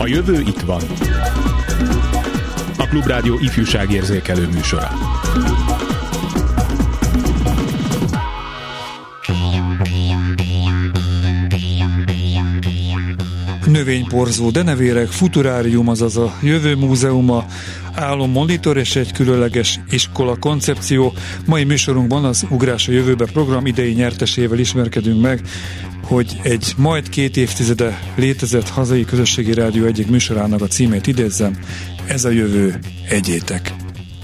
A jövő itt van. A Klubrádió ifjúságérzékelő műsora. Növényporzó denevérek, futurárium, azaz a jövő múzeuma, álommonitor és egy különleges iskola koncepció. Mai műsorunkban az Ugrás a jövőbe program idei nyertesével ismerkedünk meg, hogy egy majd 2 évtizede létezett hazai közösségi rádió egyik műsorának a címét idézzem: ez a jövő, egyétek.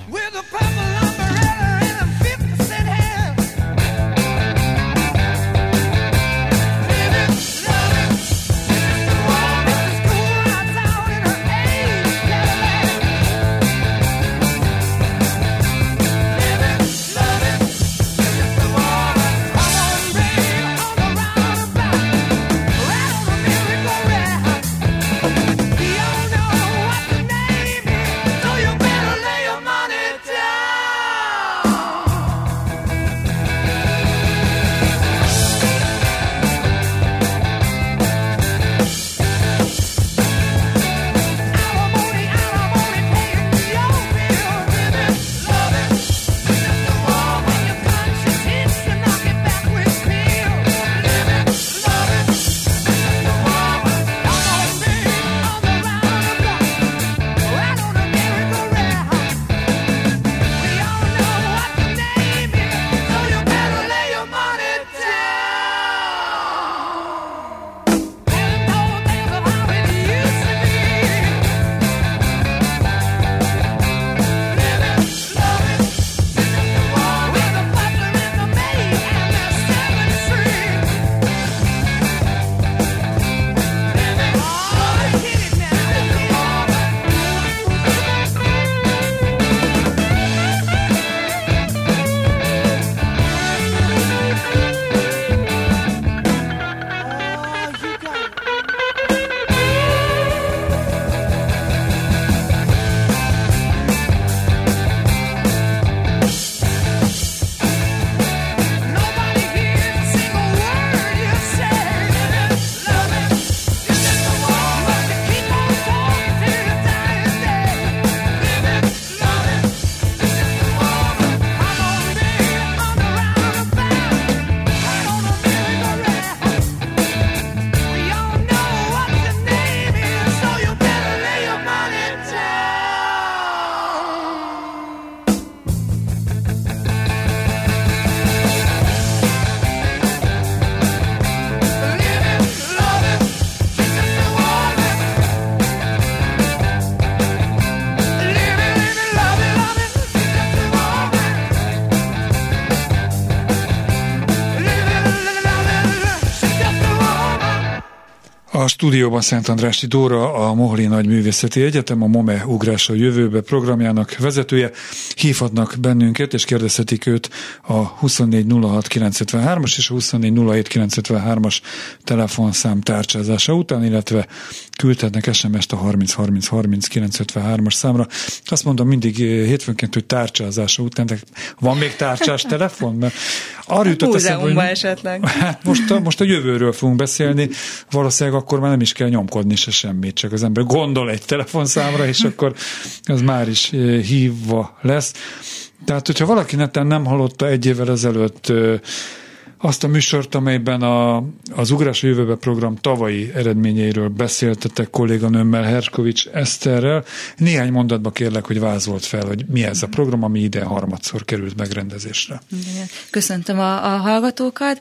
A stúdióban Szent Andrássy Dóra, a Mohli Nagyművészeti Egyetem, a MOME Ugrás a jövőbe programjának vezetője. Hívhatnak bennünket, és kérdezhetik őt a 2406953-as és a 2407953-as telefonszám tárcsázása után, illetve küldhetnek SMS-t a 30303953-as számra. Azt mondom mindig hétfőnként, hogy tárcsázása után, de van még tárcsás telefon? Mert arra jutott eszembe, hogy esetleg. Hát most a jövőről fogunk beszélni, valószínűleg akkor már nem is kell nyomkodni se semmit, csak az ember gondol egy telefonszámra, és akkor az már is hívva lesz. Tehát, hogyha valaki neten nem hallotta egy évvel ezelőtt azt a műsort, amelyben az Ugrás a jövőbe program tavalyi eredményeiről beszéltetek kolléganőmmel, Herkovics Eszterrel. Néhány mondatba kérlek, hogy vázolt fel, hogy mi ez a program, ami ide harmadszor került megrendezésre. Köszöntöm a hallgatókat.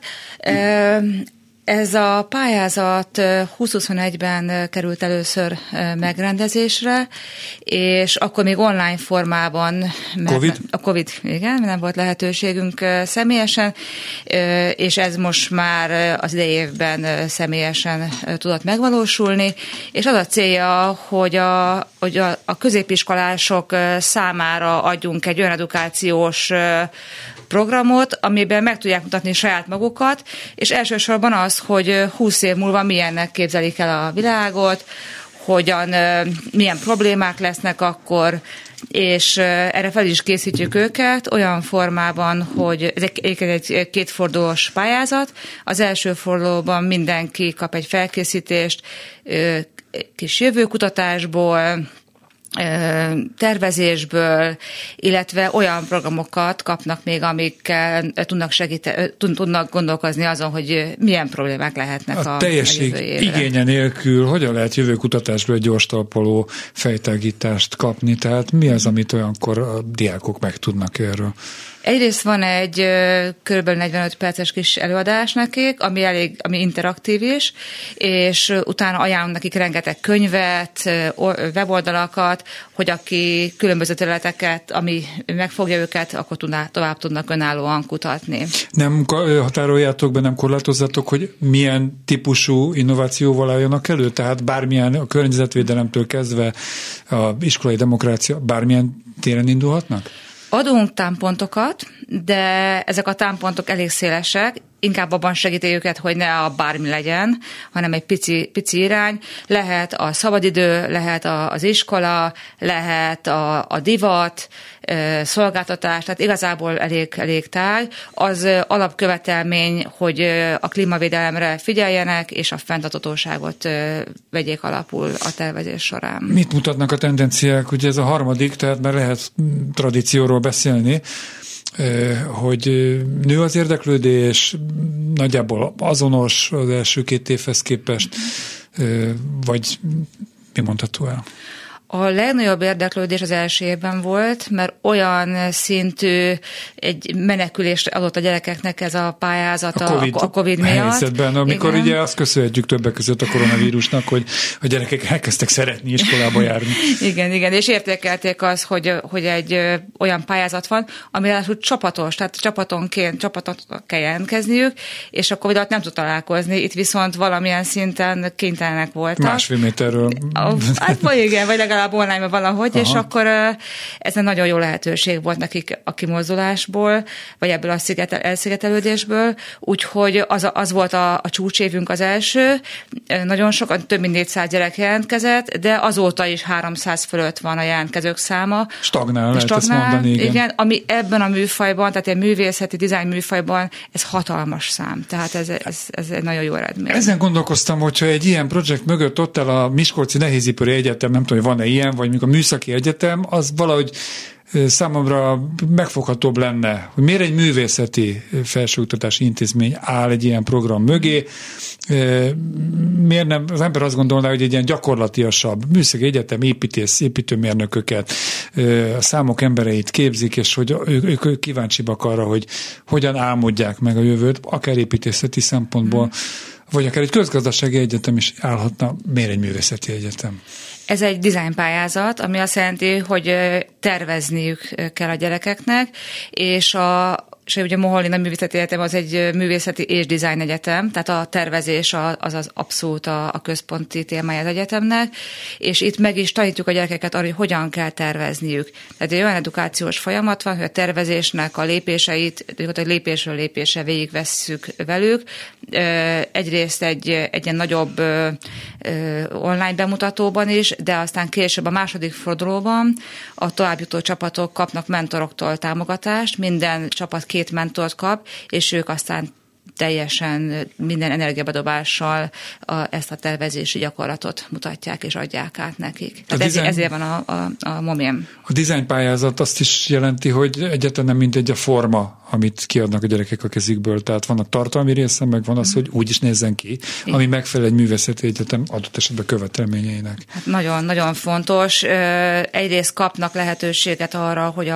Ez a pályázat 2021-ben került először megrendezésre, és akkor még online formában, a Covid, igen, nem volt lehetőségünk személyesen, és ez most már az idei évben személyesen tudott megvalósulni, és az a célja, hogy a középiskolások számára adjunk egy olyan edukációs programot, amiben meg tudják mutatni saját magukat, és elsősorban az, hogy 20 év múlva milyennek képzelik el a világot, milyen problémák lesznek akkor, és erre fel is készítjük őket olyan formában, hogy ez egy kétfordulós pályázat. Az első fordulóban mindenki kap egy felkészítést, kis jövőkutatásból, tervezésből, illetve olyan programokat kapnak még, amikkel tudnak gondolkozni azon, hogy milyen problémák lehetnek a teljesség igénye nélkül hogyan lehet jövőkutatásból egy gyors talpaló fejtágítást kapni? Tehát mi az, amit olyankor a diákok megtudnak erről? Egyrészt van egy kb. 45 perces kis előadás nekik, ami interaktív is, és utána ajánlom nekik rengeteg könyvet, weboldalakat, hogy aki különböző területeket, ami megfogja őket, akkor tovább tudnak önállóan kutatni. Nem határoljátok be, nem korlátozzatok, hogy milyen típusú innovációval álljanak elő? Tehát bármilyen a környezetvédelemtől kezdve a iskolai demokrácia bármilyen téren indulhatnak? Adunk támpontokat, de ezek a támpontok elég szélesek, inkább abban segíti őket, hogy ne a bármi legyen, hanem egy pici irány. Lehet a szabadidő, lehet az iskola, lehet a divat, szolgáltatás, tehát igazából elég tág. Az alapkövetelmény, hogy a klímavédelemre figyeljenek, és a fenntarthatóságot vegyék alapul a tervezés során. Mit mutatnak a tendenciák? Ugye ez a harmadik, tehát már lehet tradícióról beszélni, hogy nő az érdeklődés, nagyjából azonos az első 2 évhez képest, vagy mi mondható el? A legnagyobb érdeklődés az első évben volt, mert olyan szintű egy menekülést adott a gyerekeknek ez a pályázat a COVID miatt. Helyzetben, amikor igen. Ugye azt köszönhetjük többek között a koronavírusnak, hogy a gyerekek elkezdtek szeretni iskolába járni. Igen, és értékelték azt, hogy egy olyan pályázat van, ami ráadásul csapatos, tehát csapatot kell jelentkezniük, és a COVID alatt nem tud találkozni, itt viszont valamilyen szinten kénytelenek voltak. 1,5 méterről. Hát igen, vagy legalább online-ban valahogy, aha. És akkor ez egy nagyon jó lehetőség volt nekik a kimozdulásból, vagy ebből a elszigetelődésből, úgyhogy az volt a csúcsévünk az első, nagyon sokan, több mint 400 gyerek jelentkezett, de azóta is 300 fölött van a jelentkezők száma. Stagnál, lehet ezt mondani, igen. Ami ebben a műfajban, tehát egy művészeti dizájn műfajban, ez hatalmas szám, tehát ez egy nagyon jó eredmény. Ezen gondolkoztam, hogyha egy ilyen projekt mögött ott áll a Miskolci Nehézipari Egyetem, nem tudom, hogy van-e ilyen, vagy mondjuk a Műszaki Egyetem, az valahogy számomra megfoghatóbb lenne, hogy miért egy művészeti felsőoktatási intézmény áll egy ilyen program mögé, miért nem, az ember azt gondolná, hogy egy ilyen gyakorlatiasabb Műszaki Egyetem építőmérnököket, a számok embereit képzik, és hogy ők kíváncsibbak arra, hogy hogyan álmodják meg a jövőt, akár építészeti szempontból, vagy akár egy közgazdasági egyetem is állhatna, miért egy művészeti egyetem? Ez egy dizájnpályázat, ami azt jelenti, hogy tervezniük kell a gyerekeknek, és ugye a Moholy Művészeti Egyetem az egy művészeti és dizájn egyetem, tehát a tervezés az abszolút a központi témája az egyetemnek, és itt meg is tanítjuk a gyerekeket arra, hogy hogyan kell tervezniük. Tehát egy olyan edukációs folyamat van, hogy a tervezésnek a lépéseit, lépésről lépésre végigvesszük velük. Egyrészt egy ilyen nagyobb online bemutatóban is, de aztán később a második fordulóban a továbbjutó csapatok kapnak mentoroktól támogatást, minden csapat 2 mentort kap, és ők aztán teljesen minden energiabedobással ezt a tervezési gyakorlatot mutatják és adják át nekik. Tehát ezért van a MOMIEM. A dizájnpályázat azt is jelenti, hogy egyáltalán nem mindegy a forma, amit kiadnak a gyerekek a kezükből. Tehát van a tartalmi része, meg van az, hogy úgy is nézzen ki, ami megfelel egy művészeti egyetem adott esetben követelményeinek. Hát nagyon, nagyon fontos. Egyrészt kapnak lehetőséget arra, hogy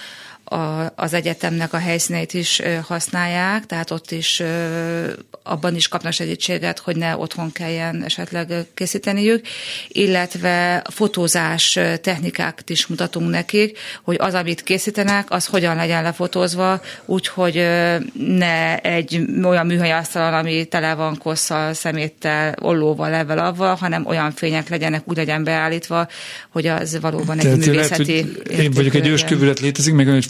az egyetemnek a helyszíneit is használják, tehát ott is abban is kapnak segítséget, hogy ne otthon kelljen esetleg készíteniük, illetve fotózás technikákat is mutatunk nekik, hogy az, amit készítenek, az hogyan legyen lefotózva, úgyhogy ne egy olyan műhely asztalon, ami tele van kosszal, szeméttel, ollóval, levvel, avval, hanem olyan fények legyenek, úgy legyen beállítva, hogy az valóban egy művészeti... Én vagyok egy őskövület, létezik még egy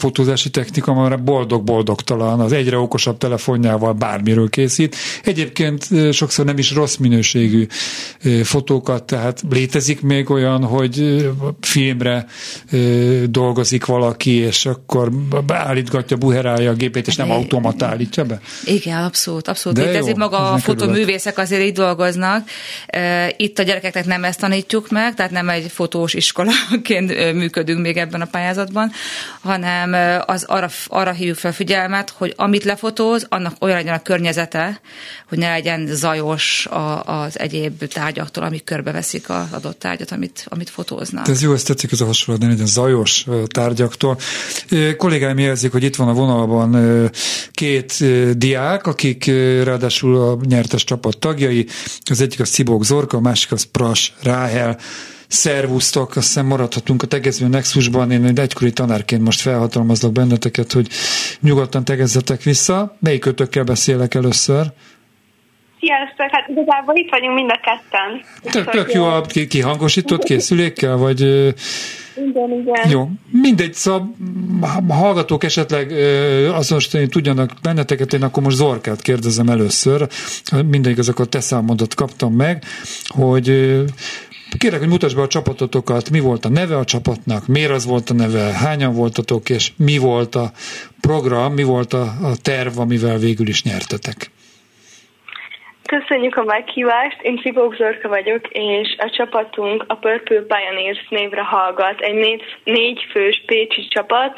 fotózási technika, már boldog-boldogtalan, az egyre okosabb telefonjával bármiről készít. Egyébként sokszor nem is rossz minőségű fotókat, tehát létezik még olyan, hogy filmre dolgozik valaki, és akkor állítgatja, buherálja a gépét, és nem automata állítja be? Igen, abszolút létezik. Maga a fotoművészek azért így dolgoznak. Itt a gyerekeknek nem ezt tanítjuk meg, tehát nem egy fotós iskolaként működünk még ebben a pályázatban, hanem arra hívjuk fel figyelmet, hogy amit lefotóz, annak olyan legyen a környezete, hogy ne legyen zajos az egyéb tárgyaktól, amik körbeveszik az adott tárgyat, amit fotóznak. Ez jó, ezt tetszik, ez a hasonlat, ne legyen zajos tárgyaktól. Kollégáim jelzik, hogy itt van a vonalban két diák, akik ráadásul a nyertes csapat tagjai. Az egyik az Cibók Zorka, a másik az Pras Ráhel. Szervusztok, azt hiszem maradhatunk a tegező nexusban. Én egykori tanárként most felhatalmazlak benneteket, hogy nyugodtan tegezzetek vissza. Melyikőtökkel beszélek először? Sziasztok, hát igazából itt vagyunk mind a ketten. Tök jó a kihangosított készülékkel, vagy... Igen. Jó, mindegy, szóval hallgatók esetleg azonosítani tudjanak benneteket, én akkor most Zorkát kérdezem először. Mindegy, azokat te számodat kaptam meg, hogy kérlek, hogy mutasd be a csapatotokat, mi volt a neve a csapatnak, miért az volt a neve, hányan voltatok, és mi volt a program, mi volt a terv, amivel végül is nyertetek. Köszönjük a meghívást, én Cibók Zorka vagyok, és a csapatunk a Purple Pioneers névre hallgat. Egy 4 fős pécsi csapat,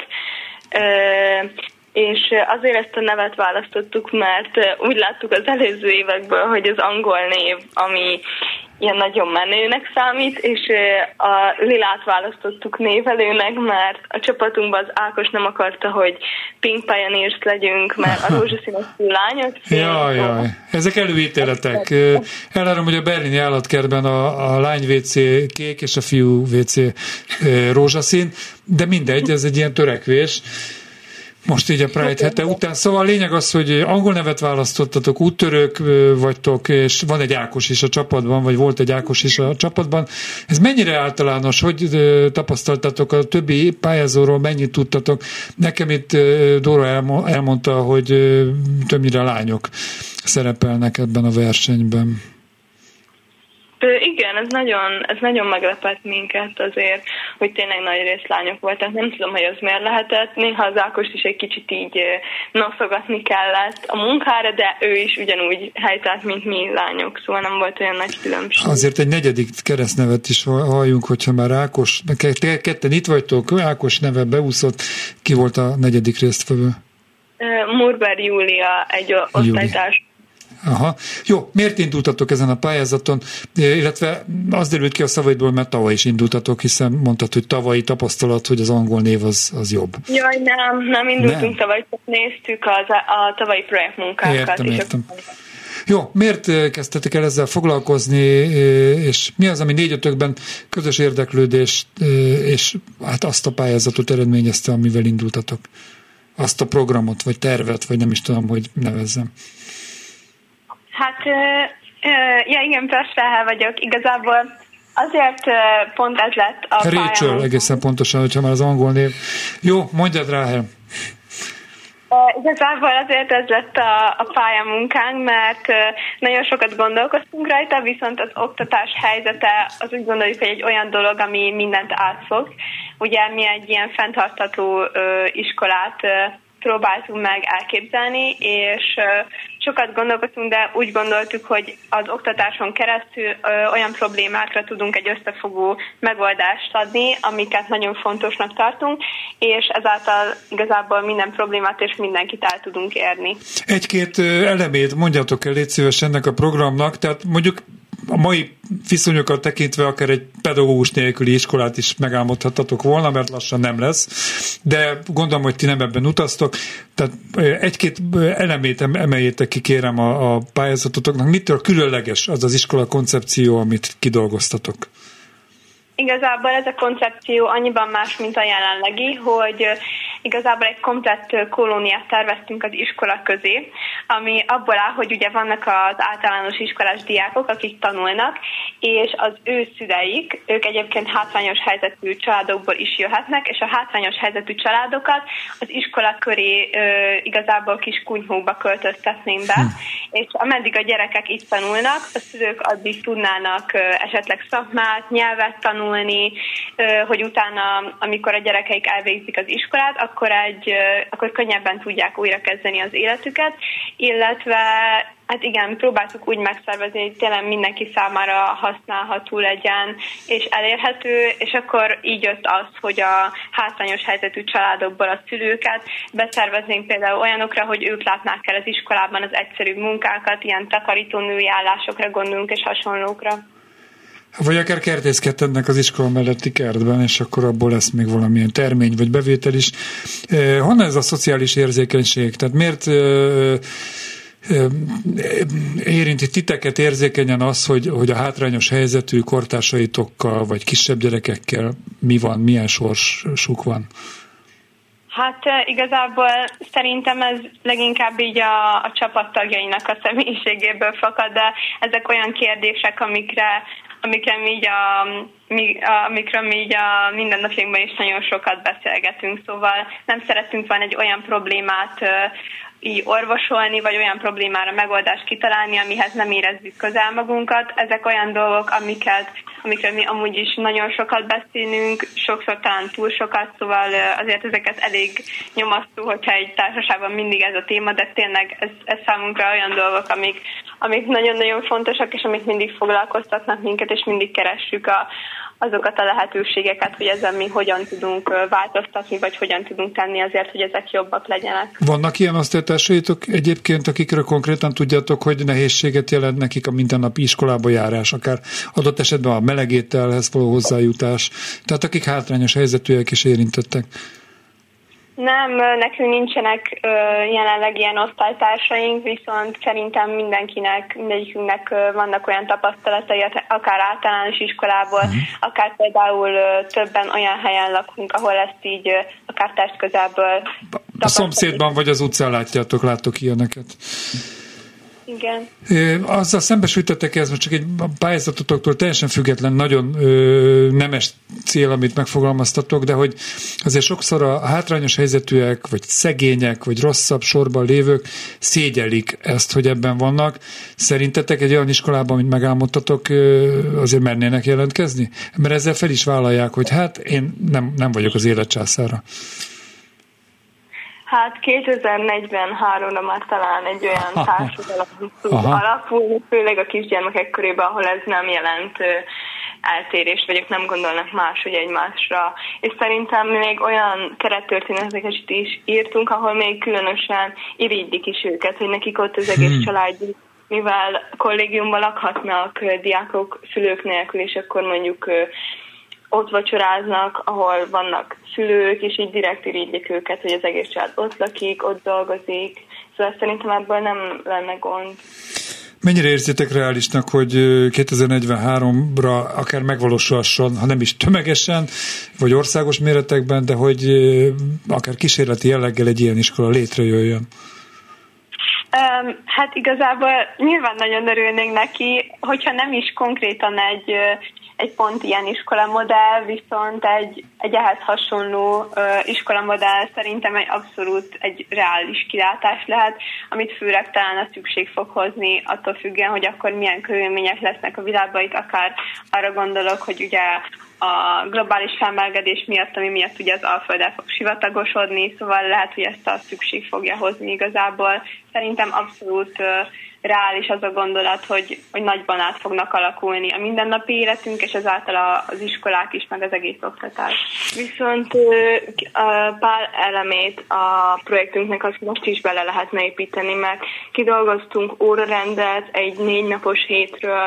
és azért ezt a nevet választottuk, mert úgy láttuk az előző évekből, hogy az angol név, ami ilyen nagyon menőnek számít, és a lilát választottuk névelőnek, mert a csapatunkban az Ákos nem akarta, hogy Pink Pioneers legyünk, mert a rózsaszínes lányok. Jaj, ezek előítéletek. Elárulom, hogy a berlini állatkertben a lány WC kék, és a fiú WC rózsaszín, de mindegy, ez egy ilyen törekvés. Most így a Pride hete után. Szóval a lényeg az, hogy angol nevet választottatok, úttörők vagytok, és van egy Ákos is a csapatban, vagy volt egy Ákos is a csapatban. Ez mennyire általános? Hogy tapasztaltatok a többi pályázóról, mennyit tudtatok? Nekem itt Dóra elmondta, hogy többnyire lányok szerepelnek ebben a versenyben. Igen, ez nagyon meglepett minket azért, hogy tényleg nagy rész lányok voltak. Nem tudom, hogy az miért lehetett. Néha az Ákost is egy kicsit így noszogatni kellett a munkára, de ő is ugyanúgy helytált, mint mi lányok, szóval nem volt olyan nagy különbség. Azért egy negyedik keresztnevet is halljunk, hogyha már Ákos, ketten itt vagytok, Ákos neve beúszott, ki volt a negyedik résztvevő? Murber Júlia, egy osztálytárs. Aha. Jó, miért indultatok ezen a pályázaton? Illetve az derült ki a szavaidból, mert tavaly is indultatok, hiszen mondtad, hogy tavalyi tapasztalat, hogy az angol név az jobb. Jaj, nem indultunk tavaly, csak néztük a tavalyi projektmunkákat. Értem. Jó, miért kezdtetek el ezzel foglalkozni, és mi az, ami 4-5-ökben közös érdeklődés, és hát azt a pályázatot eredményezte, amivel indultatok? Azt a programot, vagy tervet, vagy nem is tudom, hogy nevezzem. Hát, igen, Prasráhel vagyok. Igazából azért pont ez lett a pályám. Rachel, egészen pontosan, hogyha már az angol név. Jó, mondjad, Ráhel. Igazából azért ez lett a pályamunkánk, mert nagyon sokat gondolkoztunk rajta, viszont az oktatás helyzete az úgy gondoljuk, hogy egy olyan dolog, ami mindent átfog. Ugye mi egy ilyen fenntartható iskolát próbáltunk meg elképzelni, és sokat gondolkoztunk, de úgy gondoltuk, hogy az oktatáson keresztül olyan problémákra tudunk egy összefogó megoldást adni, amiket nagyon fontosnak tartunk, és ezáltal igazából minden problémát és mindenkit el tudunk érni. Egy-két elemét mondjatok el, légy szíves ennek a programnak, tehát mondjuk a mai viszonyokat tekintve akár egy pedagógus nélküli iskolát is megálmodhattatok volna, mert lassan nem lesz, de gondolom, hogy ti nem ebben utaztok, tehát egy-két elemét emeljétek ki, kérem, a pályázatotoknak. Mitől különleges az az iskola koncepció, amit kidolgoztatok? Igazából ez a koncepció annyiban más, mint a jelenlegi, hogy igazából egy komplett kolóniát terveztünk az iskola közé, ami abból áll, hogy ugye vannak az általános iskolás diákok, akik tanulnak, és az ő szüleik, ők egyébként hátrányos helyzetű családokból is jöhetnek, és a hátrányos helyzetű családokat az iskola köré igazából kis kunyhókba költöztetnénk be, és ameddig a gyerekek itt tanulnak, a szülők addig tudnának esetleg szakmát, nyelvet tanulni, hogy utána, amikor a gyerekeik elvégzik az iskolát, akkor könnyebben tudják újra kezdeni az életüket, illetve hát igen, próbáltuk úgy megszervezni, hogy tényleg mindenki számára használható legyen és elérhető, és akkor így jött az, hogy a hátrányos helyzetű családokból a szülőket beszerveznénk például olyanokra, hogy ők látnák el az iskolában az egyszerű munkákat, ilyen takarítónői állásokra gondolunk és hasonlókra. Vagy akár kertészkednek az iskola melletti kertben, és akkor abból lesz még valamilyen termény vagy bevétel is. Honnan ez a szociális érzékenység? Tehát miért érinti titeket érzékenyen az, hogy a hátrányos helyzetű kortársaitokkal vagy kisebb gyerekekkel mi van, milyen sorsuk van? Hát igazából szerintem ez leginkább így a csapattagjainak a személyiségéből fakad, de ezek olyan kérdések, amikről mi így a mindennapjainkban is nagyon sokat beszélgetünk, szóval nem szeretünk volna egy olyan problémát így orvosolni, vagy olyan problémára megoldást kitalálni, amihez nem érezzük közel magunkat. Ezek olyan dolgok, amikről mi amúgy is nagyon sokat beszélünk, sokszor talán túl sokat, szóval azért ezeket elég nyomasztó, hogyha egy társaságban mindig ez a téma, de tényleg ez számunkra olyan dolgok, amik nagyon-nagyon fontosak, és amik mindig foglalkoztatnak minket, és mindig keressük azokat a lehetőségeket, hogy ezzel mi hogyan tudunk változtatni, vagy hogyan tudunk tenni azért, hogy ezek jobbak legyenek. Vannak ilyen osztálytársaitok egyébként, akikről konkrétan tudjátok, hogy nehézséget jelent nekik a mindennapi iskolába járás, akár adott esetben a melegételhez való hozzájutás, tehát akik hátrányos helyzetűek és érintettek? Nem, nekünk nincsenek jelenleg ilyen osztálytársaink, viszont szerintem mindegyikünknek vannak olyan tapasztalatai, akár általános iskolából, akár például többen olyan helyen lakunk, ahol ezt így akár testközelből a szomszédban vagy az utcán láttok ilyeneket. Igen. Azzal szembesültetek, ez most csak egy pályázatotoktól teljesen független, nagyon nemes cél, amit megfogalmaztatok, de hogy azért sokszor a hátrányos helyzetűek, vagy szegények, vagy rosszabb sorban lévők szégyellik ezt, hogy ebben vannak. Szerintetek egy olyan iskolában, amit megálmodtatok, azért mernének jelentkezni? Mert ezzel fel is vállalják, hogy hát én nem vagyok az élet császára. Hát 2043-ra már talán egy olyan társadalom tud alapulni, főleg a kisgyermekek körében, ahol ez nem jelent eltérést, vagy ők nem gondolnak máshogy egymásra. És szerintem még olyan kerettörténeteket is írtunk, ahol még különösen irigylik is őket, hogy nekik ott az egész családi, mivel kollégiumban lakhatnak diákok szülők nélkül, és akkor mondjuk ott vacsoráznak, ahol vannak szülők, és így direkt irigylik őket, hogy az egész család ott lakik, ott dolgozik. Szóval szerintem ebből nem lenne gond. Mennyire érzitek reálisnak, hogy 2043-ra akár megvalósulhasson, ha nem is tömegesen, vagy országos méretekben, de hogy akár kísérleti jelleggel egy ilyen iskola létrejöjjön? Hát igazából nyilván nagyon örülnénk neki, hogyha nem is konkrétan egy pont ilyen iskolamodell, viszont egy ehhez hasonló iskolamodell szerintem abszolút egy reális kilátás lehet, amit főleg talán a szükség fog hozni, attól függően, hogy akkor milyen körülmények lesznek a világban. Itt akár arra gondolok, hogy ugye a globális felmelegedés miatt, ami miatt ugye az Alföld el fog sivatagosodni, szóval lehet, hogy ezt a szükség fogja hozni igazából. Szerintem abszolút reális az a gondolat, hogy nagyban át fognak alakulni a mindennapi életünk, és ezáltal az iskolák is, meg az egész oktatás. Viszont pár elemét a projektünknek azt most is bele lehetne építeni, mert kidolgoztunk órarendet egy 4 napos hétről,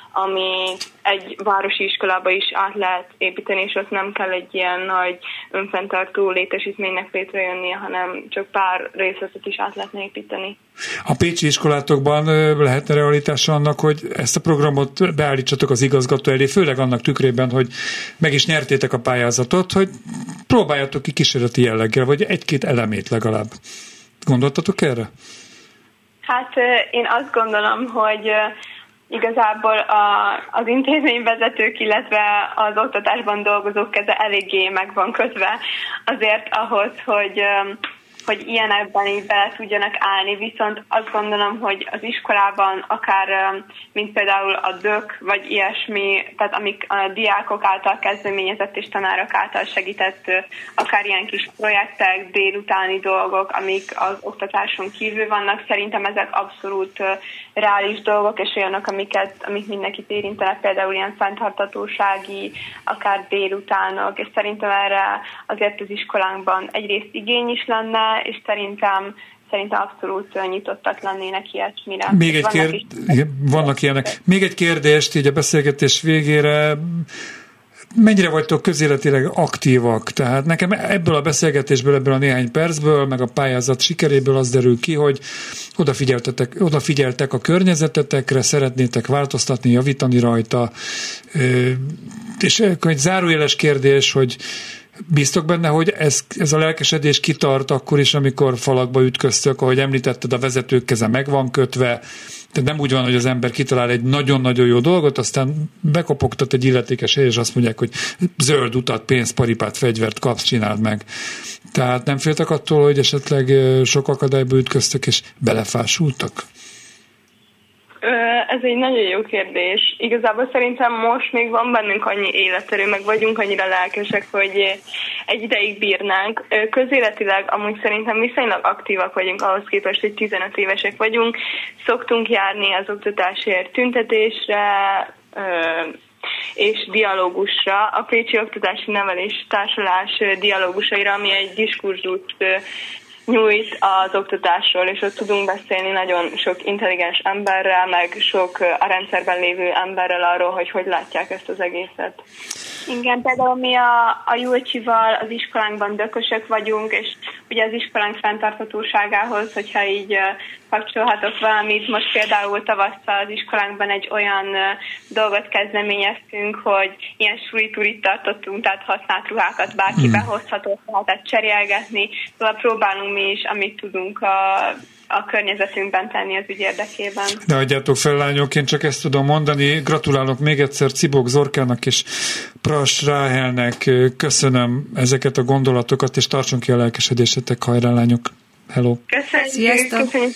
ami egy városi iskolába is át lehet építeni, és ott nem kell egy ilyen nagy önfenntartó létesítménynek létrejönnie, hanem csak pár részletet is át lehetne építeni. A pécsi iskolátokban lehetne realitása annak, hogy ezt a programot beállítsatok az igazgató elé, főleg annak tükrében, hogy meg is nyertétek a pályázatot, hogy próbáljatok ki kísérleti jelleggel, vagy egy-két elemét legalább. Gondoltatok erre? Hát én azt gondolom, hogy igazából az intézményvezetők, illetve az oktatásban dolgozók keze eléggé meg van kötve azért ahhoz, hogy ilyenekben így bele tudjanak állni, viszont azt gondolom, hogy az iskolában akár, mint például a DÖK, vagy ilyesmi, tehát amik a diákok által kezdeményezett és tanárok által segített, akár ilyen kis projektek, délutáni dolgok, amik az oktatáson kívül vannak, szerintem ezek abszolút reális dolgok, és olyanok, amik mindenkit érintenek, például ilyen fenntarthatósági, akár délutánok, és szerintem erre azért az iskolánkban egyrészt igény is lenne, és szerintem abszolút nyitottak lennének ilyesmire. Vannak ilyenek. Még egy kérdést így a beszélgetés végére. Mennyire vagytok közéletileg aktívak? Tehát nekem ebből a beszélgetésből, ebből a néhány percből, meg a pályázat sikeréből az derül ki, hogy odafigyeltek a környezetetekre, szeretnétek változtatni, javítani rajta. És egy zárójeles kérdés, hogy bíztok benne, hogy ez a lelkesedés kitart akkor is, amikor falakba ütköztök, ahogy említetted, a vezetők keze meg van kötve, tehát nem úgy van, hogy az ember kitalál egy nagyon-nagyon jó dolgot, aztán bekopogtat egy illetékes hely, és azt mondják, hogy zöld utat, pénzt, paripát, fegyvert kapsz, csináld meg. Tehát nem féltek attól, hogy esetleg sok akadályba ütköztök, és belefásultak? Ez egy nagyon jó kérdés. Igazából szerintem most még van bennünk annyi életerő, meg vagyunk annyira lelkesek, hogy egy ideig bírnánk. Közéletileg amúgy szerintem viszonylag aktívak vagyunk ahhoz képest, hogy 15 évesek vagyunk. Szoktunk járni az oktatásért tüntetésre, és dialógusra, a Pécsi Oktatási Nevelés Társulás dialógusaira, ami egy diskurzust nyújt az oktatásról, és ott tudunk beszélni nagyon sok intelligens emberrel, meg sok a rendszerben lévő emberrel arról, hogy látják ezt az egészet. Igen, például mi a Julcsival az iskolánkban dökösök vagyunk, és ugye az iskolánk fenntarthatóságához, hogyha így kapcsolhatok valamit, most például tavasszal az iskolánkban egy olyan dolgot kezdeményeztünk, hogy ilyen suli-turit tartottunk, tehát használt ruhákat bárki behozhatott, tehát cserélgetni, szóval próbálunk mi is, amit tudunk a környezetünkben tenni az ügy érdekében. De adjátok fel, lányok, én csak ezt tudom mondani. Gratulálok még egyszer Cibok Zorkának és Pras Ráhelnek. Köszönöm ezeket a gondolatokat, és tartson ki a lelkesedésetek. Hajrá, lányok! Hello! Köszönjük! Sziasztok! Köszönjük.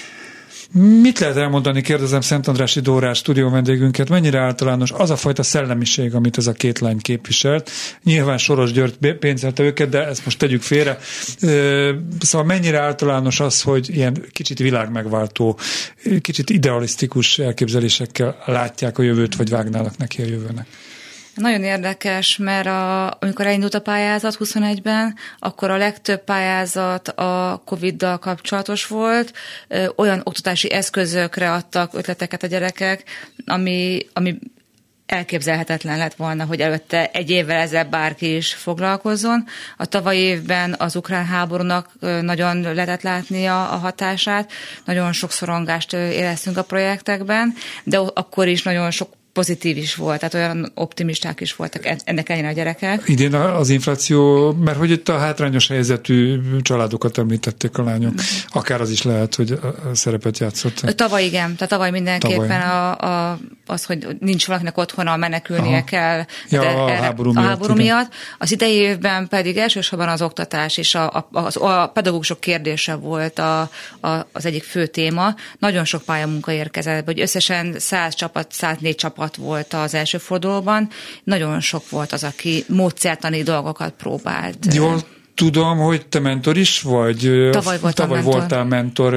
Mit lehet elmondani, kérdezem Szentandrássy Dórás stúdió vendégünket, mennyire általános az a fajta szellemiség, amit ez a két lány képviselt? Nyilván Soros György pénzelte őket, de ezt most tegyük félre. Szóval mennyire általános az, hogy ilyen kicsit világmegváltó, kicsit idealisztikus elképzelésekkel látják a jövőt, vagy vágnának neki a jövőnek? Nagyon érdekes, mert amikor elindult a pályázat 21-ben, akkor a legtöbb pályázat a Covid-dal kapcsolatos volt, olyan oktatási eszközökre adtak ötleteket a gyerekek, ami elképzelhetetlen lett volna, hogy előtte egy évvel ezzel bárki is foglalkozzon. A tavalyi évben az ukrán háborúnak nagyon lehetett látni a hatását, nagyon sok szorongást éreztünk a projektekben, de akkor is nagyon sok pozitív is volt, tehát olyan optimisták is voltak ennek ellenére a gyerekek. Idén az infláció, mert hogy itt a hátrányos helyzetű családokat említették a lányok, akár az is lehet, hogy a szerepet játszott. Tavaly igen, tehát tavaly mindenképpen az, hogy nincs valakinek otthona, menekülnie kell a háború miatt. Az idei évben pedig elsősorban az oktatás és a pedagógusok kérdése volt az egyik fő téma. Nagyon sok pályamunka érkezett, hogy összesen 104 csapat volt az első fordulóban. Nagyon sok volt az, aki módszertani dolgokat próbált. Jól tudom, hogy te mentor is vagy? Tavaly voltál mentor.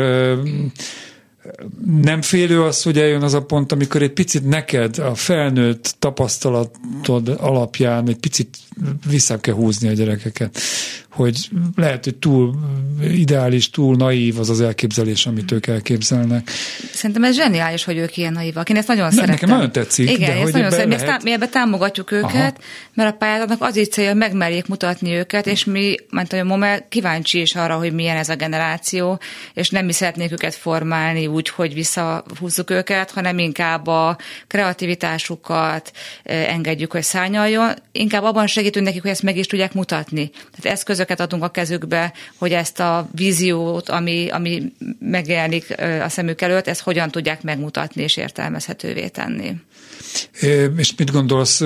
Nem félő az, hogy eljön az a pont, amikor egy picit neked a felnőtt tapasztalatod alapján egy picit vissza kell húzni a gyerekeket, hogy lehet, hogy túl ideális, túl naív az elképzelés, amit ők elképzelnek. Szerintem ez zseniális, hogy ők ilyen naívak. Én ezt nagyon szeretem. Nekem nagyon tetszik. Igen, de ezt nagyon szeretem. Mi ebben támogatjuk őket, mert a pályázatnak az így célja, hogy megmerjék mutatni őket, és mi, mint a MOME, kíváncsi is arra, hogy milyen ez a generáció, és nem mi szeretnék őket formálni úgy, hogy visszahúzzuk őket, hanem inkább a kreativitásukat engedjük, hogy szárnyaljon. Inkább abban segítünk nekik, hogy ezt meg is tudják mutatni. Tehát eszközöket adunk a kezükbe, hogy ezt a víziót, ami megjelenik a szemük előtt, ezt hogyan tudják megmutatni és értelmezhetővé tenni. És mit gondolsz,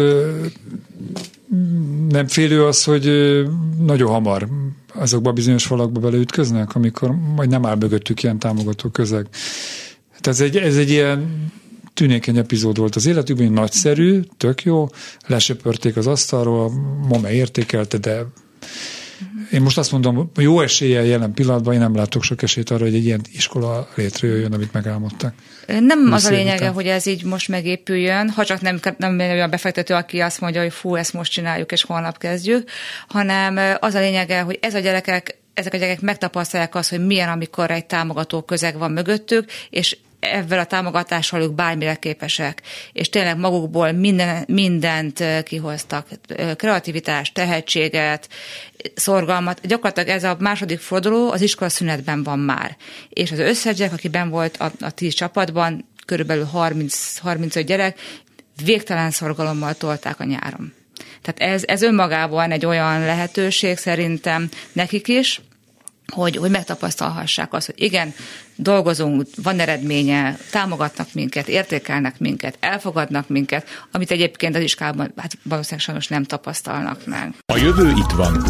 nem félő az, hogy nagyon hamar azokba a bizonyos falakba beleütköznek, amikor majd nem áll mögöttük ilyen támogató közeg? Tehát ez egy ilyen tűnékeny epizód volt az életükben, nagyszerű, tök jó, lesöpörték az asztalról, MOME értékelte, de én most azt mondom, jó eséllyel jelen pillanatban én nem látok sok esélyt arra, hogy egy ilyen iskola létrejöjjön, amit megálmodtak. Nem az a lényege, hogy ez így most megépüljön, ha csak nem olyan befektető, aki azt mondja, hogy fú, ezt most csináljuk, és holnap kezdjük, hanem az a lényege, hogy ezek a gyerekek megtapasztalják azt, hogy milyen, amikor egy támogató közeg van mögöttük, és ezzel a támogatással ők bármire képesek, és tényleg magukból mindent kihoztak, kreativitást, tehetséget, szorgalmat. Gyakorlatilag ez a második forduló az iskolaszünetben van már. És az összes gyerek, aki benn volt a 10 csapatban, körülbelül 35 gyerek, végtelen szorgalommal tolták a nyáron. Tehát ez önmagában egy olyan lehetőség szerintem nekik is, hogy megtapasztalhassák azt, hogy igen, dolgozunk, van eredménye, támogatnak minket, értékelnek minket, elfogadnak minket, amit egyébként az iskolában valószínűleg sajnos nem tapasztalnak meg. A jövő itt van.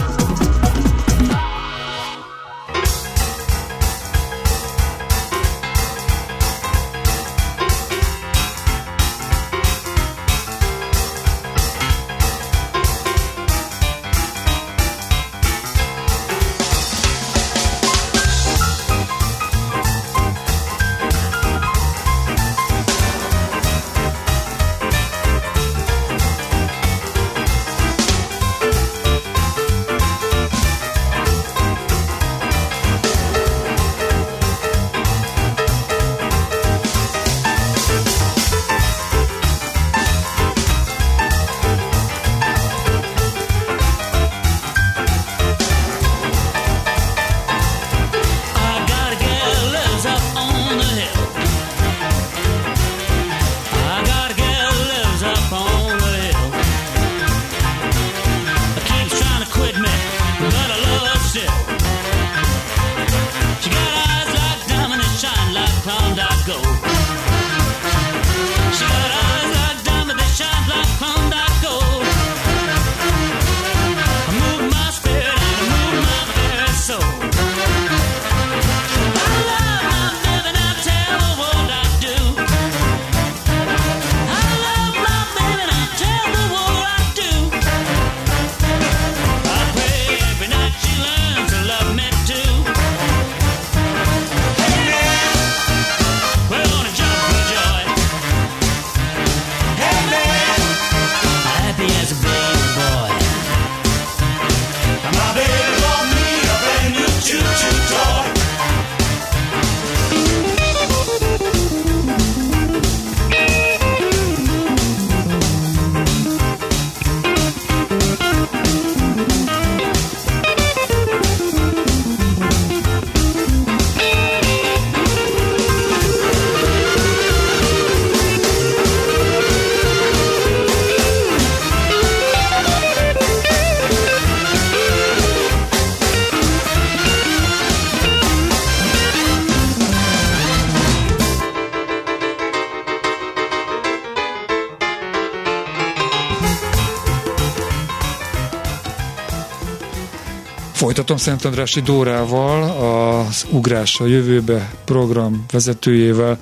Folytatom Szentandrássy Dórával, az Ugrás a jövőbe program vezetőjével,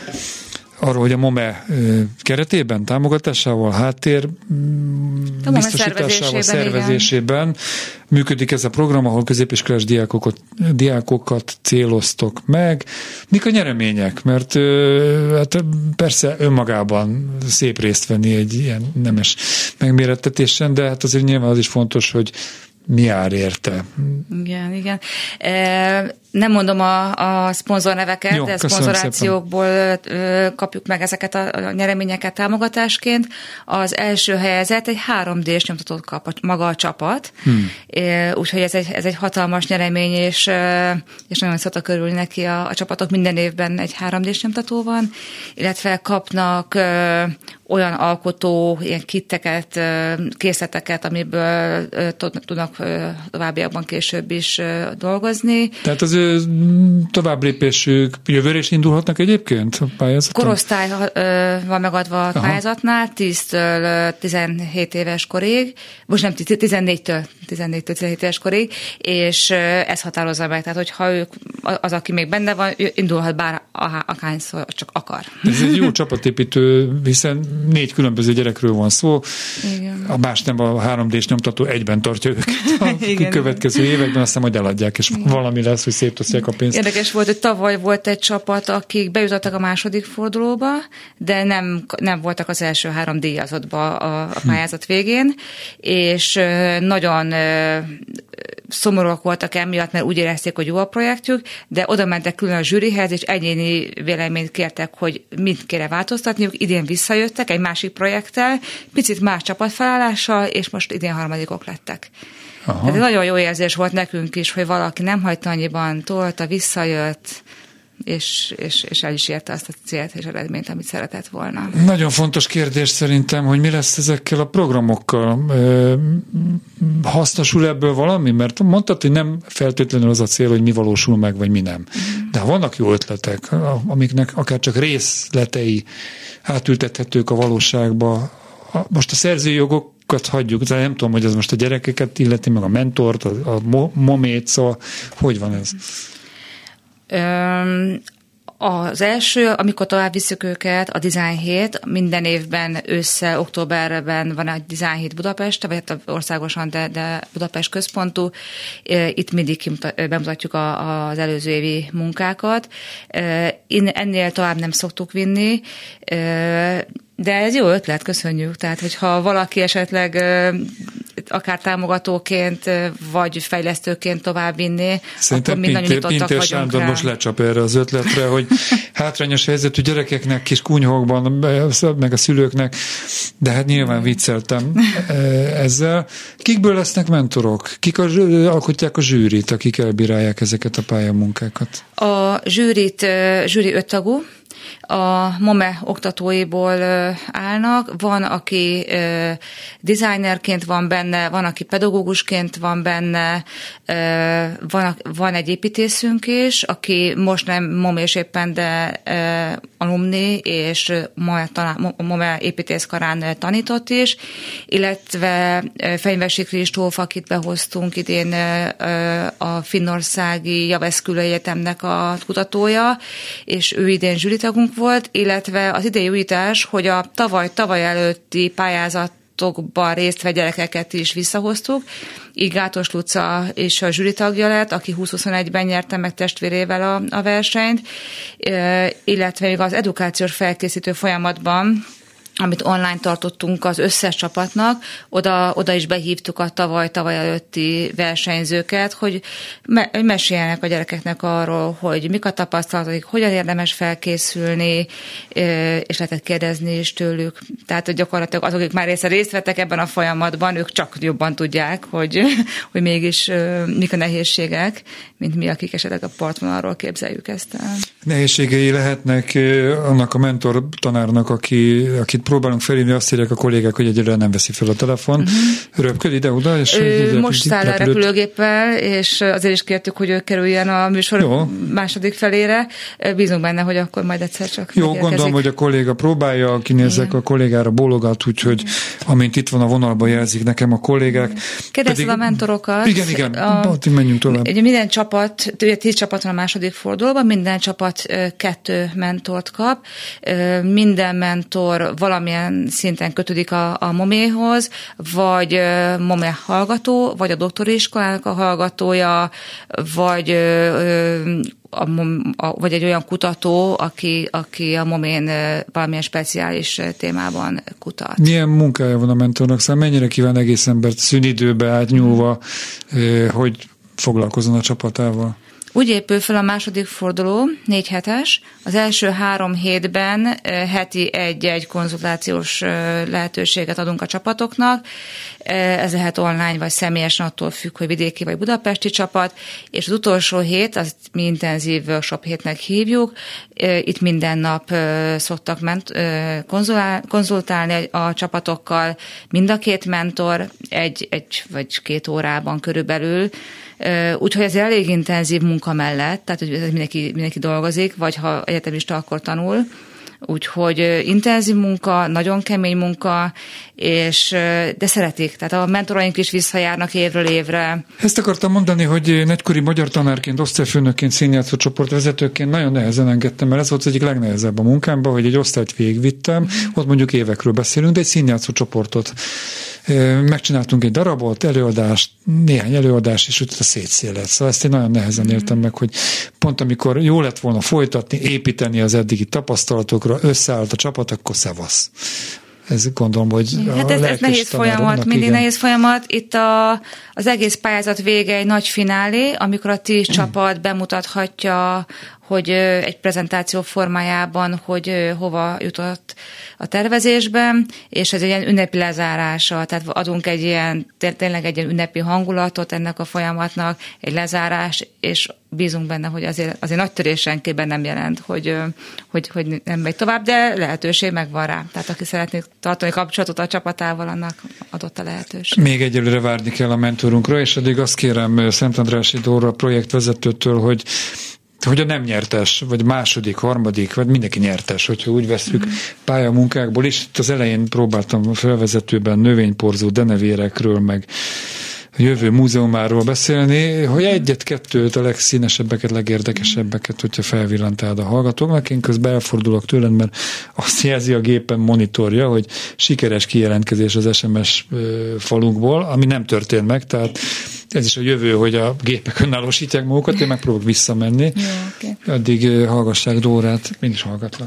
arról, hogy a MOME keretében, támogatásával, háttér biztosításával, szervezésében működik ez a program, ahol középiskolás diákokat céloztok meg. Mik a nyeremények? Mert hát persze önmagában szép részt venni egy ilyen nemes megmérettetésen, de hát azért nyilván az is fontos, hogy mi jár érte. Igen. Nem mondom a szponzorneveket, de szponzorációkból kapjuk meg ezeket a nyereményeket támogatásként. Az első helyezett egy 3D-s nyomtatót kap maga a csapat, úgyhogy ez egy hatalmas nyeremény, és nagyon szoktak örülni neki a csapatok. Minden évben egy 3D-s nyomtató van, illetve kapnak olyan alkotó, ilyen kitteket, készleteket, amiből tudnak továbbiakban később is dolgozni. Tehát az ő továbblépésük jövőre is indulhatnak egyébként a pályázaton? Korosztály van megadva a pályázatnál, 10-től 17 éves korig, most nem 14-től 17 éves korig, és ez határozza meg, tehát hogyha ők, az, aki még benne van, indulhat bár akárhányszor csak akar. Ez egy jó csapatépítő, hiszen 4 különböző gyerekről van szó. Igen. A más nem, a 3D-s nyomtató egyben tartja őket a következő években, aztán majd eladják, és valami lesz, hogy széttosztják a pénzt. Érdekes volt, hogy tavaly volt egy csapat, akik bejutottak a második fordulóba, de nem voltak az első 3 díjazottba a pályázat végén, és nagyon szomorúak voltak emiatt, mert úgy érezték, hogy jó a projektjük, de oda mentek külön a zsűrihez, és egyéni véleményt kértek, hogy mit kéne változtatniuk. Idén visszajöttek egy másik projekttel, picit más csapatfelállással, és most idén harmadikok lettek. Tehát nagyon jó érzés volt nekünk is, hogy valaki nem hagyta annyiban, tolta, visszajött, és el is érte azt a célt és eredményt, amit szeretett volna. Nagyon fontos kérdés szerintem, hogy mi lesz ezekkel a programokkal. Hasznosul ebből valami? Mert mondtad, hogy nem feltétlenül az a cél, hogy mi valósul meg, vagy mi nem. De vannak jó ötletek, amiknek akár csak részletei átültethetők a valóságba. Most a szerzői jogokat hagyjuk, de nem tudom, hogy ez most a gyerekeket illeti, meg a mentort, a momét, szóval hogy van ez? Az első, amikor tovább visszük őket, a Design Hét, minden évben októberben van egy Design Hét Budapesten, vagy hát országosan, de Budapest központú. Itt mindig bemutatjuk az előző évi munkákat. Ennél tovább nem szoktuk vinni, de ez jó ötlet, köszönjük. Tehát, hogyha valaki esetleg akár támogatóként, vagy fejlesztőként továbbvinné, akkor mi nagyon nyitottak vagyunk Sándor rá. Most lecsap erre az ötletre, hogy hátrányos helyzetű gyerekeknek, kis kunyhókban, meg a szülőknek, de hát nyilván vicceltem ezzel. Kikből lesznek mentorok? Kik alkotják a zsűrit, akik elbírálják ezeket a pályamunkákat? A zsűri 5 tagú, a MOME oktatóiból állnak, van, aki designerként van benne, van, aki pedagógusként van benne, van egy építészünk is, aki most nem MOME-s éppen, de alumni, és MOME építészkarán tanított is, illetve Fenyvesi Kristóf, akit behoztunk idén, a finnországi Jyväskylä Egyetemnek a kutatója, és ő idén zsűritagunk volt, illetve az idei újítás, hogy a tavaly előtti pályázatokban részt vett gyerekeket is visszahoztuk. Így Gátos Luca és a zsűritagja lett, aki 2021-ben nyerte meg testvérével a versenyt, illetve még az edukációs felkészítő folyamatban, amit online tartottunk az összes csapatnak, oda is behívtuk a tavaly előtti versenyzőket, hogy meséljenek a gyerekeknek arról, hogy mik a tapasztalatok, hogyan érdemes felkészülni, és lehetett kérdezni is tőlük. Tehát gyakorlatilag azok, akik már részt vettek ebben a folyamatban, ők csak jobban tudják, hogy mégis mik a nehézségek, mint mi, akik esetleg a partvonalról képzeljük ezt el. Nehézségei lehetnek annak a mentor tanárnak, akit próbálunk felhívni, azt írják a kollégák, hogy egyelőre nem veszi fel a telefon. Röpköd ide-oda, és most száll a repülőgéppel, és azért is kértük, hogy ő kerüljen a műsor második felére. Bízunk benne, hogy akkor majd egyszer csak jó, megérkezik. Gondolom, hogy a kolléga próbálja, kinézek a kollégára bólogat, úgyhogy amint itt van a vonalban, jelzik nekem a kollégák. Kérdezted a mentorokat. Igen, menjünk tovább. Minden csapat, 10 csapat van a második fordulóban, minden csapat 2 mentort kap. Minden mentor valamilyen szinten kötődik a MOMÉ-hoz, vagy MOMÉ hallgató, vagy a doktori iskolának a hallgatója, vagy egy olyan kutató, aki a MOMÉn valamilyen speciális témában kutat. Milyen munkája van a mentornak? Szóval mennyire kíván egész embert szünidőbe átnyúlva, hogy foglalkozzon a csapatával? Úgy épül fel a második forduló, 4 hetes. Az első 3 hétben heti egy konzultációs lehetőséget adunk a csapatoknak. Ez lehet online vagy személyesen, attól függ, hogy vidéki vagy budapesti csapat. És az utolsó hét, azt mi intenzív workshop hétnek hívjuk. Itt minden nap szoktak konzultálni a csapatokkal. Mind a 2 mentor egy vagy 2 órában körülbelül. Úgyhogy ez elég intenzív munka mellett, tehát hogy mindenki dolgozik, vagy ha egyetemista, akkor tanul. Úgyhogy intenzív munka, nagyon kemény munka, de szeretik. Tehát a mentoraink is visszajárnak évről évre. Ezt akartam mondani, hogy egykori magyar tanárként, osztályfőnökként, színjátszó csoportvezetőként nagyon nehezen engedtem, mert ez volt az egyik legnehezebb a munkámban, hogy egy osztályt végigvittem, ott mondjuk évekről beszélünk, de egy színjátszó csoportot. Megcsináltunk egy darabot, előadást, néhány előadást, és utána szétszélet. Szóval ezt én nagyon nehezen értem meg, hogy pont amikor jó lett volna folytatni, építeni az eddigi tapasztalatokra, összeállt a csapat, akkor szevasz. Ez gondolom, hogy hát ez nehéz folyamat, mindig nehéz folyamat. Itt az egész pályázat vége egy nagy finálé, amikor a 10 csapat bemutathatja, hogy egy prezentáció formájában, hogy hova jutott a tervezésben, és ez egy ilyen ünnepi lezárása, tehát adunk egy ilyen, tényleg egy ilyen ünnepi hangulatot ennek a folyamatnak, egy lezárás, és bízunk benne, hogy azért nagy törés senkiben nem jelent, hogy nem megy tovább, de lehetőség megvan rá. Tehát aki szeretné tartani kapcsolatot a csapatával, annak adott a lehetőség. Még egyelőre várni kell a mentorunkra, és addig azt kérem Szentandrássy Dóra projektvezetőtől, hogy a nem nyertes, vagy második, harmadik, vagy mindenki nyertes, hogyha úgy veszük pályamunkákból is. Itt az elején próbáltam a felvezetőben növényporzó denevérekről, meg a jövő múzeumáról beszélni, hogy egyet-kettőt, a legszínesebbeket, legérdekesebbeket, hogyha felvillantád a hallgatóknak. Én közben elfordulok tőled, mert azt jelzi a gépen monitorja, hogy sikeres kijelentkezés az SMS falunkból, ami nem történt meg, tehát ez is a jövő, hogy a gépek önállósítják magukat, én megpróbálok visszamenni. Jó, okay. Addig hallgassák Dórát, én is hallgatlak.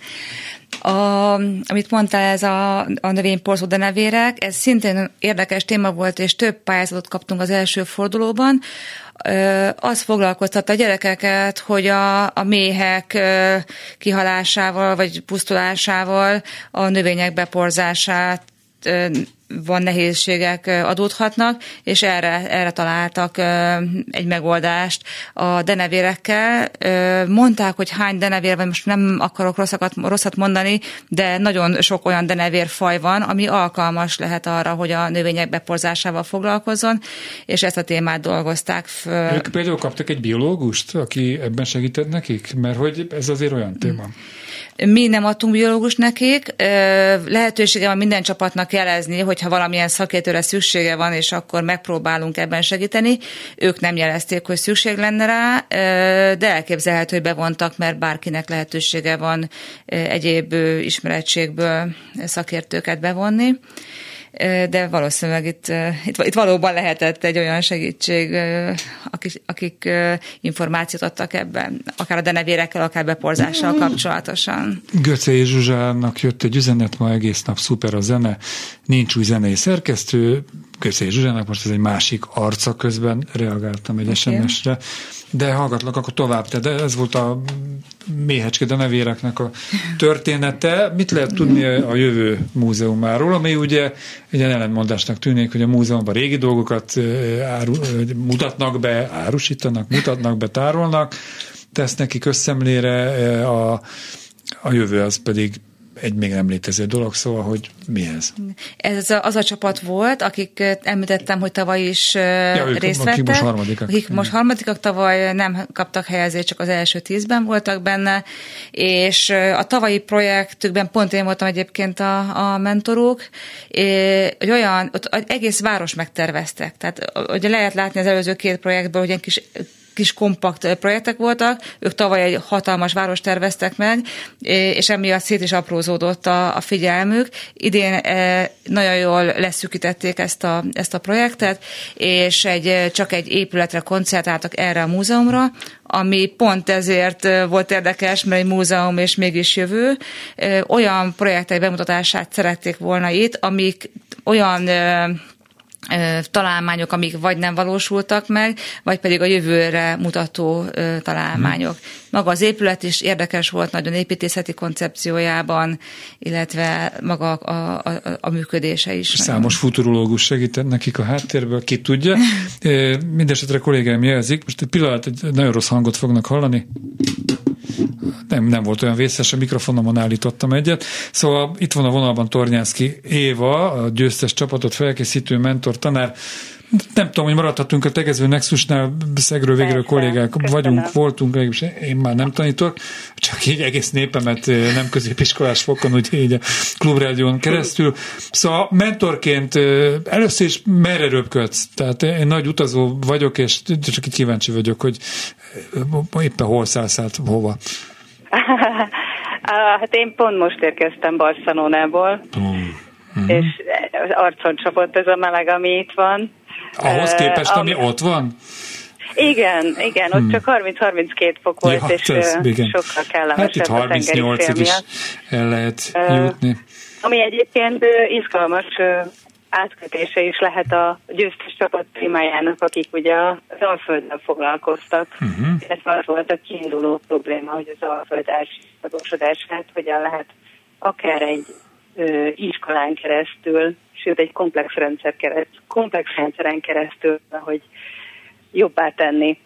Amit mondtál, ez a növényporzó denevérek, ez szintén érdekes téma volt, és több pályázatot kaptunk az első fordulóban. Az foglalkoztatta a gyerekeket, hogy a méhek kihalásával, vagy pusztulásával a növények beporzását van nehézségek adódhatnak, és erre találtak egy megoldást a denevérekkel. Mondták, hogy hány denevér van, most nem akarok rosszat mondani, de nagyon sok olyan denevérfaj van, ami alkalmas lehet arra, hogy a növények beporzásával foglalkozzon, és ezt a témát dolgozták föl. Ők például kaptak egy biológust, aki ebben segített nekik? Mert hogy ez azért olyan téma. Mi nem adtunk biológus nekik, lehetősége van minden csapatnak jelezni, hogyha valamilyen szakértőre szüksége van, és akkor megpróbálunk ebben segíteni. Ők nem jelezték, hogy szükség lenne rá, de elképzelhető, hogy bevontak, mert bárkinek lehetősége van egyéb ismerettségből szakértőket bevonni. De valószínűleg itt valóban lehetett egy olyan segítség, akik információt adtak ebben, akár a denevérekkel, akár beporzással kapcsolatosan. Göcé Zsuzsának jött egy üzenet, ma egész nap szuper a zene, nincs új zenei szerkesztő, Göcé Zsuzsának most ez egy másik arca, közben reagáltam egy SMS-re, de hallgatlak akkor tovább, de ez volt a méhecske denevéreknek a története. Mit lehet tudni a jövő múzeumáról, ami ugye egy ellentmondásnak tűnik, hogy a múzeumban régi dolgokat mutatnak be, árusítanak, mutatnak be, tárolnak, tesz nekik összemlére, a jövő az pedig egy még nem létező dolog, szóval, hogy mi ez? Ez az a csapat volt, akik említettem, hogy tavaly is részt vettek. Akik most harmadikak, tavaly nem kaptak helyezést, csak az első 10-ben voltak benne, és a tavalyi projektükben pont én voltam egyébként a mentoruk, hogy ott egész város megterveztek. Tehát ugye lehet látni az előző 2 projektből, hogy egy kis kis kompakt projektek voltak, ők tavaly egy hatalmas várost terveztek meg, és emiatt szét is aprózódott a figyelmük. Idén nagyon jól leszűkítették ezt a projektet, és csak egy épületre koncentráltak erre a múzeumra, ami pont ezért volt érdekes, mert egy múzeum és mégis jövő. Olyan projektek bemutatását szerették volna itt, amik olyan találmányok, amik vagy nem valósultak meg, vagy pedig a jövőre mutató találmányok. Maga az épület is érdekes volt nagyon építészeti koncepciójában, illetve maga a működése is. Számos futurológus segített nekik a háttérből, ki tudja. Mindenesetre kollégáim jelzik, most egy pillanat, egy nagyon rossz hangot fognak hallani. Nem volt olyan vészes, a mikrofonomon állítottam egyet. Szóval itt van a vonalban Tornyánszky Éva, a győztes csapatot felkészítő mentor, tanár. Nem tudom, hogy maradhatunk a tegező Nexusnál, szegről végről kollégák vagyunk, voltunk, én már nem tanítok, csak így egész népemet nem középiskolás fokon, úgy így a Klubrádión keresztül. Szóval mentorként először is merre röpködsz? Tehát én nagy utazó vagyok, és csak így kíváncsi vagyok, hogy éppen hol szállsz át, hova. Hát én pont most érkeztem Barcelonából, és arcon csapott ez a meleg, ami itt van. Ahhoz képest, ami ott van? Igen, ott csak 30-32 fok volt, ja, és sokkal kellemesebb. Hát itt 38-ig is el lehet jutni. Ami egyébként izgalmas átkötése is lehet a győztes csapat témájának, akik ugye az Alfölddel foglalkoztak. Illetve az volt a kiinduló probléma, hogy az Alföld elsivatagosodását hogyan lehet akár egy iskolán keresztül, sőt egy komplex rendszeren keresztül, hogy jobbá tenni.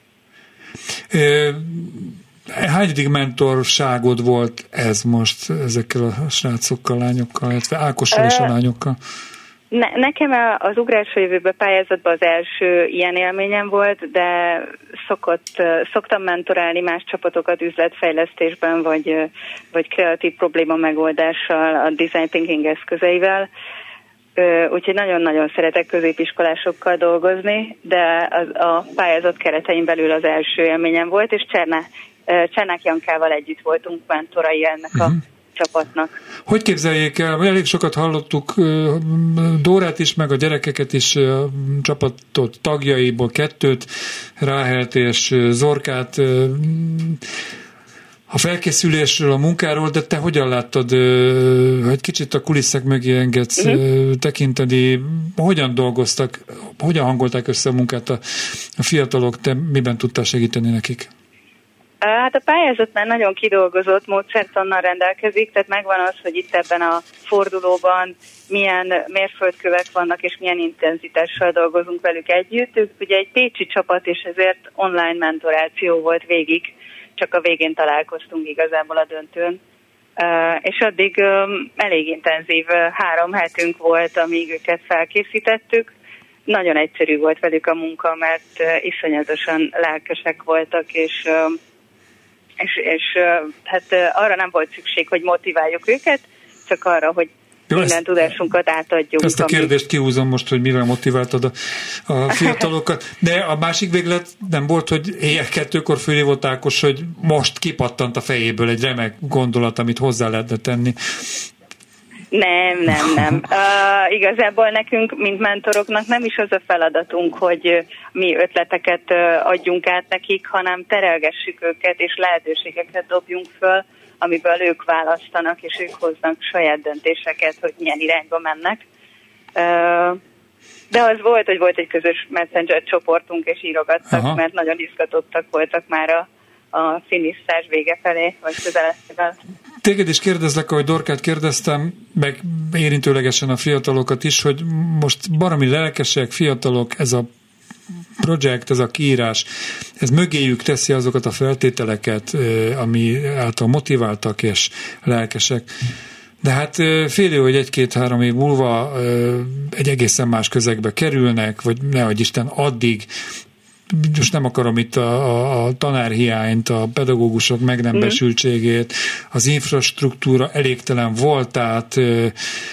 Hányadik mentorságod volt ez most ezekkel a srácokkal, lányokkal, illetve Ákossal és a lányokkal? Nekem az Ugrásra jövőbe pályázatban az első ilyen élményem volt, de szoktam mentorálni más csapatokat üzletfejlesztésben, vagy kreatív probléma megoldással, a design thinking eszközeivel. Úgyhogy nagyon-nagyon szeretek középiskolásokkal dolgozni, de a pályázat keretein belül az első élményem volt, és Csernák Jankával együtt voltunk mentorai ennek a csapatnak. Hogy képzeljék el, elég sokat hallottuk Dórát is, meg a gyerekeket is, a csapatot tagjaiból 2, Ráhelt és Zorkát, a felkészülésről, a munkáról, de te hogyan láttad, hogy kicsit a kulisszák mögé engedsz tekinteni, hogyan dolgoztak, hogyan hangolták össze a munkát a fiatalok, te miben tudtál segíteni nekik? Hát a pályázatnál nagyon kidolgozott módszertannal rendelkezik, tehát megvan az, hogy itt ebben a fordulóban milyen mérföldkövek vannak, és milyen intenzitással dolgozunk velük együtt. Ők ugye egy pécsi csapat, és ezért online mentoráció volt végig, csak a végén találkoztunk igazából a döntőn. És addig elég intenzív 3 hetünk volt, amíg őket felkészítettük. Nagyon egyszerű volt velük a munka, mert iszonyatosan lelkesek voltak, és hát arra nem volt szükség, hogy motiváljuk őket, csak arra, hogy minden tudásunkat átadjunk. Ezt a kérdést kihúzom most, hogy mivel motiváltad a fiatalokat. De a másik véglet nem volt, hogy éjjel 2-kor fölhívott Ákos, hogy most kipattant a fejéből egy remek gondolat, amit hozzá lehetne tenni. Nem. Igazából nekünk, mint mentoroknak nem is az a feladatunk, hogy mi ötleteket adjunk át nekik, hanem terelgessük őket, és lehetőségeket dobjunk föl, amiből ők választanak, és ők hoznak saját döntéseket, hogy milyen irányba mennek. De az volt, hogy volt egy közös messenger csoportunk, és írogattak, mert nagyon izgatottak voltak már a finisztás vége felé, vagy közeledtével. Téged is kérdezlek, ahogy Dorkát kérdeztem, meg érintőlegesen a fiatalokat is, hogy most baromi lelkesek, fiatalok, ez a projekt, ez a kiírás, ez mögéjük teszi azokat a feltételeket, ami által motiváltak és lelkesek. De hát félő, hogy 1-2-3 év múlva egy egészen más közegbe kerülnek, vagy nehogy Isten addig, most nem akarom itt a tanárhiányt, a pedagógusok meg nem besültségét, az infrastruktúra elégtelen voltát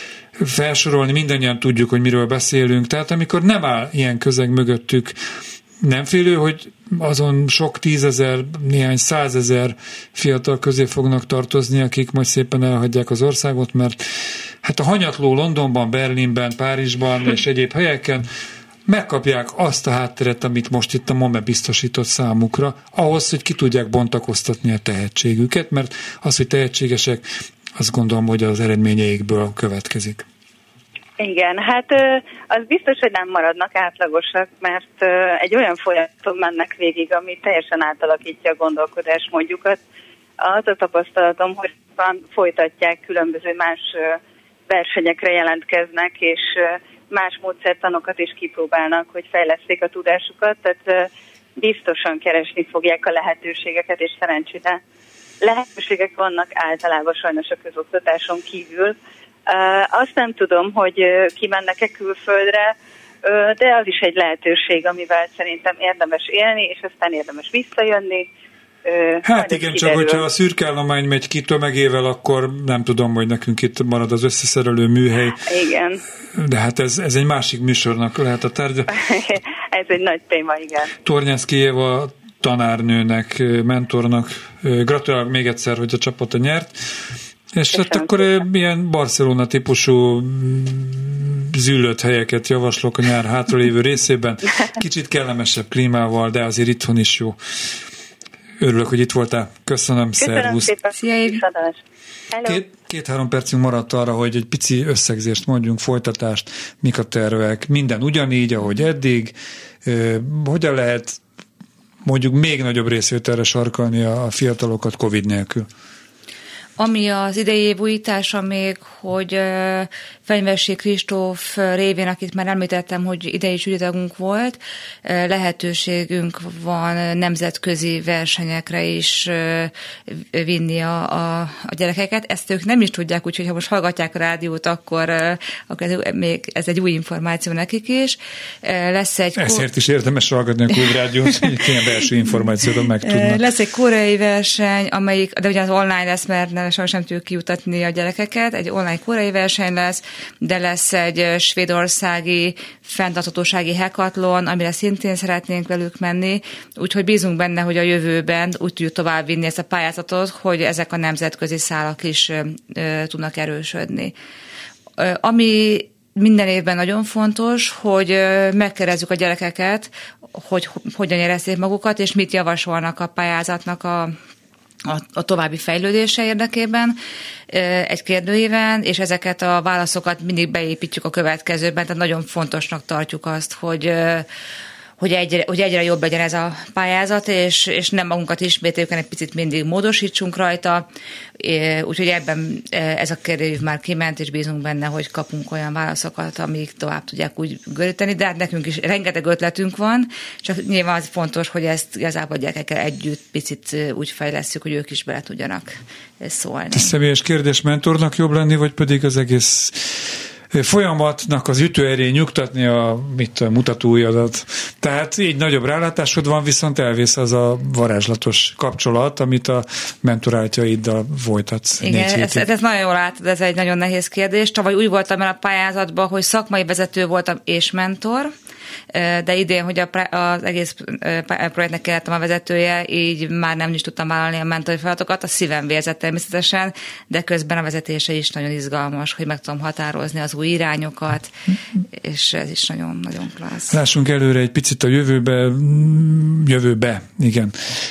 felsorolni, mindannyian tudjuk, hogy miről beszélünk. Tehát amikor nem áll ilyen közeg mögöttük, nem félő, hogy azon sok 10 000, néhány 100 000 fiatal közé fognak tartozni, akik majd szépen elhagyják az országot, mert hát a hanyatló Londonban, Berlinben, Párizsban és egyéb helyeken megkapják azt a hátteret, amit most itt a MOME biztosított számukra, ahhoz, hogy ki tudják bontakoztatni a tehetségüket, mert az, hogy tehetségesek, azt gondolom, hogy az eredményeikből következik. Igen, hát az biztos, hogy nem maradnak átlagosak, mert egy olyan folyamaton mennek végig, ami teljesen átalakítja a gondolkodásmódjukat. Az a tapasztalatom, hogy folytatják, különböző más versenyekre jelentkeznek, és más módszertanokat is kipróbálnak, hogy fejleszték a tudásukat, tehát biztosan keresni fogják a lehetőségeket, és szerencsére lehetőségek vannak általában sajnos a közoktatáson kívül. Azt nem tudom, hogy kimennek-e külföldre, de az is egy lehetőség, amivel szerintem érdemes élni, és aztán érdemes visszajönni. Hát igen, csak hogyha a szürke állomány megy ki tömegével, akkor nem tudom, hogy nekünk itt marad az összeszerelő műhely. Igen. De hát ez egy másik műsornak lehet a tárgya. Ez egy nagy téma, igen. Tornyászki Éva tanárnőnek, mentornak gratulálok még egyszer, hogy a csapata nyert. És hát akkor ilyen Barcelona típusú züllött helyeket javaslok a nyár hátralévő részében. Kicsit kellemesebb klímával, de azért itthon is jó. Örülök, hogy itt voltál. Köszönöm, szervusz. Szia, Évi. 2-3 percünk maradt arra, hogy egy pici összegzést mondjunk, folytatást, mik a tervek, minden ugyanígy, ahogy eddig. Hogyan lehet mondjuk még nagyobb részvételre sarkalni a fiatalokat Covid nélkül? Ami az idei év újítása még, hogy Fenyvesi Kristóf révén, akit már említettem, hogy idei zsűritagunk volt, lehetőségünk van nemzetközi versenyekre is vinni a gyerekeket. Ezt ők nem is tudják, úgyhogy ha most hallgatják a rádiót, akkor ez egy új információ nekik is. Lesz egy ezért is érdemes hallgatni a Klubrádiót, hogy ilyen belső információt megtudnak. Lesz egy koreai verseny, de ugye az online lesz, mert sajnos nem tudjuk kijutatni a gyerekeket. Egy online koreai verseny lesz, de lesz egy svédországi fenntarthatósági hackathon, amire szintén szeretnénk velük menni, úgyhogy bízunk benne, hogy a jövőben úgy tudjuk továbbvinni ezt a pályázatot, hogy ezek a nemzetközi szálak is tudnak erősödni. Ami minden évben nagyon fontos, hogy megkérdezzük a gyerekeket, hogy hogyan érezték magukat, és mit javasolnak a pályázatnak a további fejlődése érdekében egy kérdőíven, és ezeket a válaszokat mindig beépítjük a következőben, tehát nagyon fontosnak tartjuk azt, hogy egyre jobb legyen ez a pályázat, és nem magunkat ismételjük, egy picit mindig módosítsunk rajta, úgyhogy ebben ez a kérdőív már kiment, és bízunk benne, hogy kapunk olyan válaszokat, amik tovább tudják úgy göríteni, de hát nekünk is rengeteg ötletünk van, csak nyilván az fontos, hogy ezt igazából gyerekekkel együtt picit úgy fejlesszük, hogy ők is bele tudjanak szólni. A személyes kérdés, mentornak jobb lenni, vagy pedig az egész folyamatnak az ütőerén nyugtatni a mutatóidat. Tehát így nagyobb rálátásod van, viszont elvész az a varázslatos kapcsolat, amit a mentoráltjaiddal folytatsz. Igen, ez nagyon jól látod, ez egy nagyon nehéz kérdés. Tavaly úgy voltam el a pályázatban, hogy szakmai vezető voltam és mentor, de idén, hogy az egész projektnek kellettem a vezetője, így már nem is tudtam vállalni a mentori feladatokat, a szívem vérzett természetesen, de közben a vezetése is nagyon izgalmas, hogy meg tudom határozni az új irányokat, és ez is nagyon-nagyon klassz. Lássunk előre egy picit a jövőbe, igen.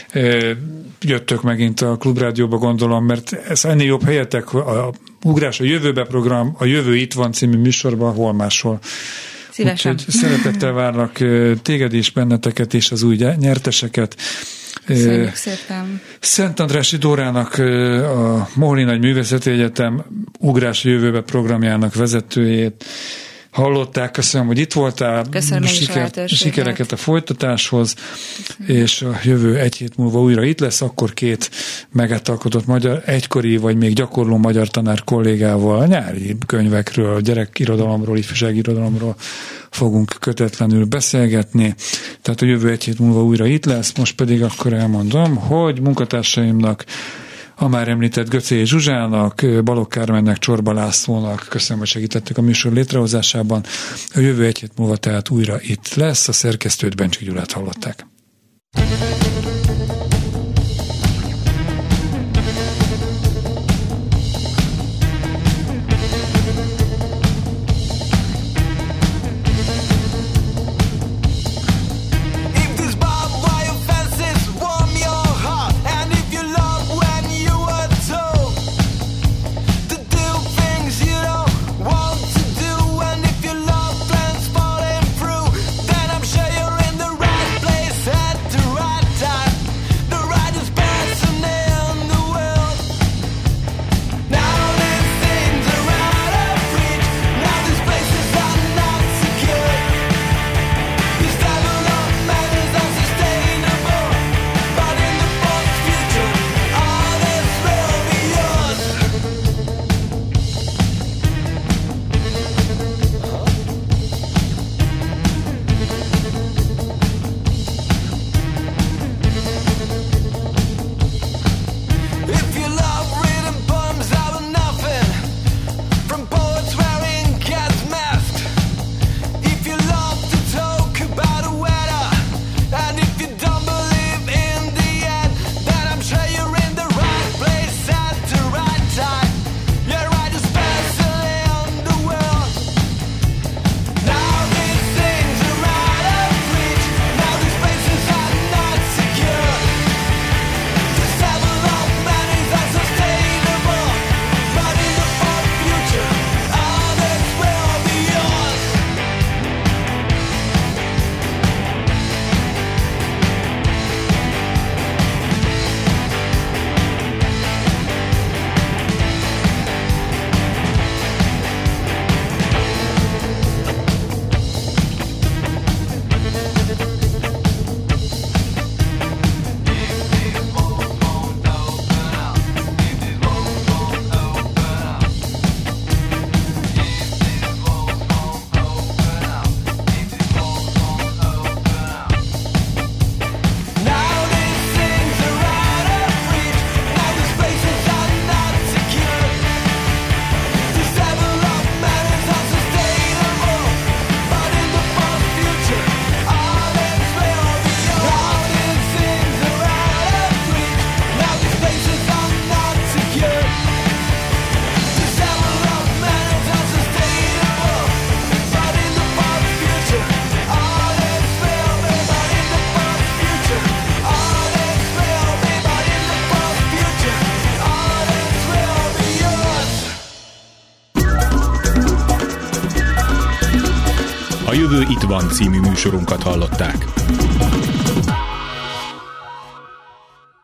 Jöttök megint a Klubrádióba, gondolom, mert ez ennél jobb helyetek, a Ugrás a jövőbe program, a Jövő itt van című műsorban, hol máshol. Szívesen. Úgyhogy szeretettel várlak téged és benneteket és az új nyerteseket. Köszönjük szépen. Szent Andrássy Dórának, a Mohli Nagy Művészeti Egyetem Ugrás a Jövőbe programjának vezetőjét hallották. Köszönöm, hogy itt voltál. Köszönöm Sikereket a folytatáshoz, és a jövő egy hét múlva újra itt lesz, akkor 2 megátalkotott magyar, egykori vagy még gyakorló magyar tanár kollégával a nyári könyvekről, gyerekirodalomról, ifjúságirodalomról fogunk kötetlenül beszélgetni. Tehát a jövő egy hét múlva újra itt lesz, most pedig akkor elmondom, hogy munkatársaimnak, a már említett Göcé Zsuzsának, Balogh Kármennek, Csorba Lászlónak köszönöm, hogy segítettek a műsor létrehozásában. A jövő egy hét múlva tehát újra itt lesz, a szerkesztőt Bencsik Gyulát hallották. A Jövő itt van című műsorunkat hallották.